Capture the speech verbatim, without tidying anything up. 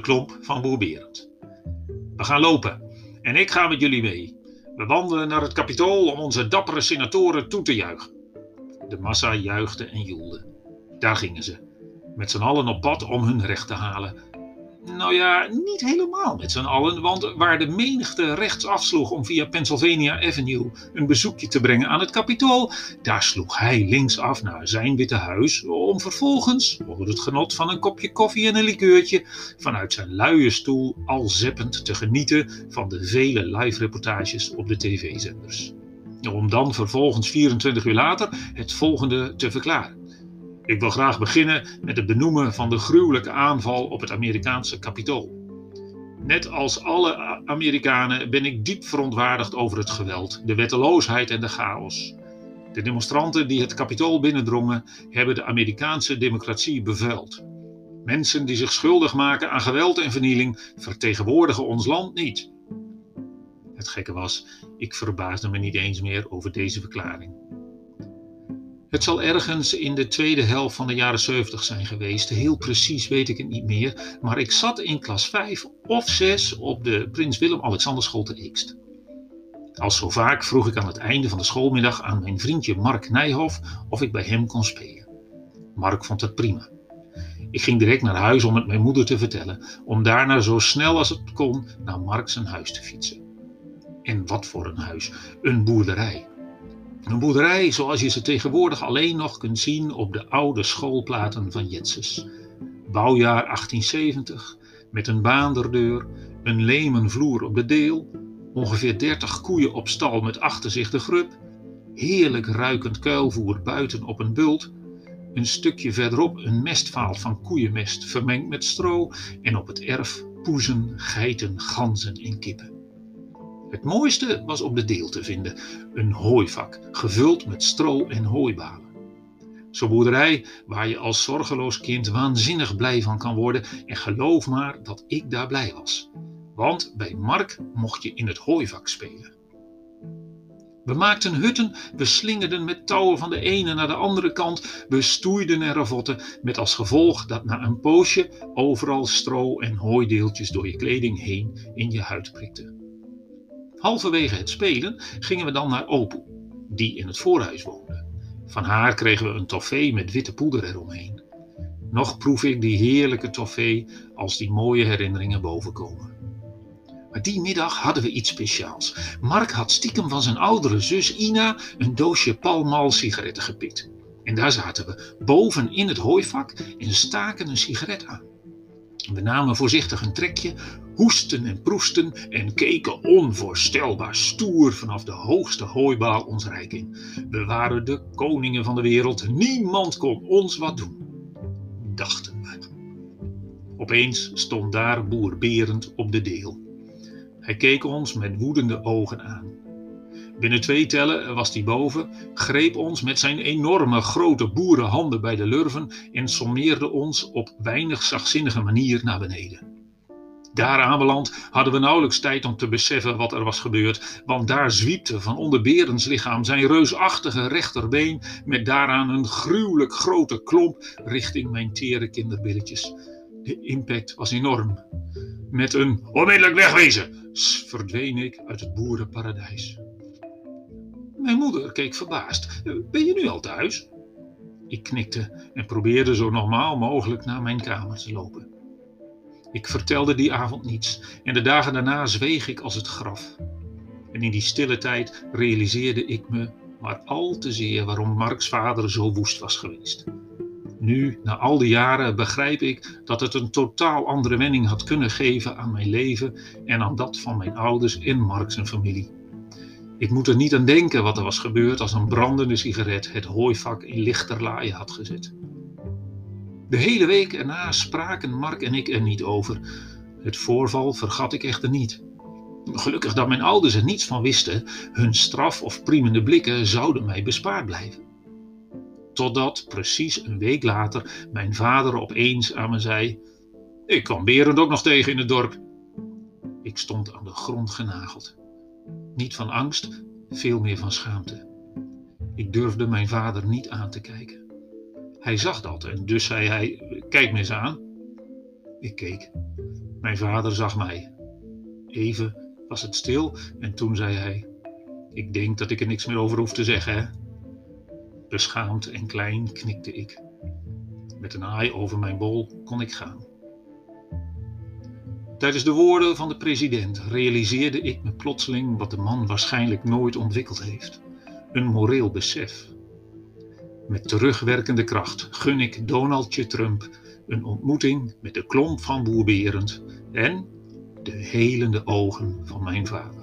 klomp van Boer Berend. We gaan lopen en ik ga met jullie mee. We wandelen naar het Capitool om onze dappere senatoren toe te juichen. De massa juichte en joelde. Daar gingen ze, met z'n allen op pad om hun recht te halen. Nou ja, niet helemaal met z'n allen, want waar de menigte rechts afsloeg om via Pennsylvania Avenue een bezoekje te brengen aan het Capitool, daar sloeg hij linksaf naar zijn witte huis om vervolgens, onder het genot van een kopje koffie en een likeurtje, vanuit zijn luie stoel al zeppend te genieten van de vele live-reportages op de tv-zenders. Om dan vervolgens vierentwintig uur later het volgende te verklaren. Ik wil graag beginnen met het benoemen van de gruwelijke aanval op het Amerikaanse Capitool. Net als alle Amerikanen ben ik diep verontwaardigd over het geweld, de wetteloosheid en de chaos. De demonstranten die het Capitool binnendrongen hebben de Amerikaanse democratie bevuild. Mensen die zich schuldig maken aan geweld en vernieling vertegenwoordigen ons land niet. Het gekke was, ik verbaasde me niet eens meer over deze verklaring. Het zal ergens in de tweede helft van de jaren zeventig zijn geweest. Heel precies weet ik het niet meer. Maar ik zat in klas vijf of zes op de Prins Willem-Alexanderschool te Eekst. Als zo vaak vroeg ik aan het einde van de schoolmiddag aan mijn vriendje Mark Nijhoff of ik bij hem kon spelen. Mark vond het prima. Ik ging direct naar huis om het mijn moeder te vertellen. Om daarna zo snel als het kon naar Mark zijn huis te fietsen. En wat voor een huis. Een boerderij. Een boerderij zoals je ze tegenwoordig alleen nog kunt zien op de oude schoolplaten van Jetses. Bouwjaar achttienzeventig, met een baanderdeur, een lemen vloer op de deel, ongeveer dertig koeien op stal met achter zich de grub, heerlijk ruikend kuilvoer buiten op een bult, een stukje verderop een mestvaalt van koeienmest vermengd met stro en op het erf poezen, geiten, ganzen en kippen. Het mooiste was op de deel te vinden, een hooivak, gevuld met stro en hooibalen. Zo'n boerderij waar je als zorgeloos kind waanzinnig blij van kan worden en geloof maar dat ik daar blij was. Want bij Mark mocht je in het hooivak spelen. We maakten hutten, we slingerden met touwen van de ene naar de andere kant, we stoeiden en ravotten, met als gevolg dat na een poosje overal stro en hooideeltjes door je kleding heen in je huid prikten. Halverwege het spelen gingen we dan naar Opoe, die in het voorhuis woonde. Van haar kregen we een toffee met witte poeder eromheen. Nog proef ik die heerlijke toffee als die mooie herinneringen bovenkomen. Maar die middag hadden we iets speciaals. Mark had stiekem van zijn oudere zus Ina een doosje Pall Mall sigaretten gepikt. En daar zaten we, boven in het hooivak en staken een sigaret aan. We namen voorzichtig een trekje, hoesten en proesten en keken onvoorstelbaar stoer vanaf de hoogste hooibaal ons rijk in. We waren de koningen van de wereld, niemand kon ons wat doen, dachten we. Opeens stond daar Boer Berend op de deel. Hij keek ons met woedende ogen aan. Binnen twee tellen was hij boven, greep ons met zijn enorme grote boerenhanden bij de lurven en sommeerde ons op weinig zachtzinnige manier naar beneden. Daar aanbeland hadden we nauwelijks tijd om te beseffen wat er was gebeurd, want daar zwiepte van onder Berends lichaam zijn reusachtige rechterbeen met daaraan een gruwelijk grote klomp richting mijn tere kinderbilletjes. De impact was enorm. Met een onmiddellijk wegwezen verdween ik uit het boerenparadijs. Mijn moeder keek verbaasd. Ben je nu al thuis? Ik knikte en probeerde zo normaal mogelijk naar mijn kamer te lopen. Ik vertelde die avond niets en de dagen daarna zweeg ik als het graf. En in die stille tijd realiseerde ik me maar al te zeer waarom Marks vader zo woest was geweest. Nu, na al die jaren, begrijp ik dat het een totaal andere wending had kunnen geven aan mijn leven en aan dat van mijn ouders en Mark zijn familie. Ik moet er niet aan denken wat er was gebeurd als een brandende sigaret het hooivak in lichterlaaie had gezet. De hele week erna spraken Mark en ik er niet over. Het voorval vergat ik echter niet. Gelukkig dat mijn ouders er niets van wisten, hun straf of priemende blikken zouden mij bespaard blijven. Totdat, precies een week later, mijn vader opeens aan me zei: ik kwam Berend ook nog tegen in het dorp. Ik stond aan de grond genageld. Niet van angst, veel meer van schaamte. Ik durfde mijn vader niet aan te kijken. Hij zag dat en dus zei hij: kijk me eens aan. Ik keek. Mijn vader zag mij. Even was het stil en toen zei hij: ik denk dat ik er niks meer over hoef te zeggen, hè? Beschaamd en klein knikte ik. Met een haai over mijn bol kon ik gaan. Tijdens de woorden van de president realiseerde ik me plotseling wat de man waarschijnlijk nooit ontwikkeld heeft: een moreel besef. Met terugwerkende kracht gun ik Donald J. Trump een ontmoeting met de klomp van Boer Berend en de helende ogen van mijn vader.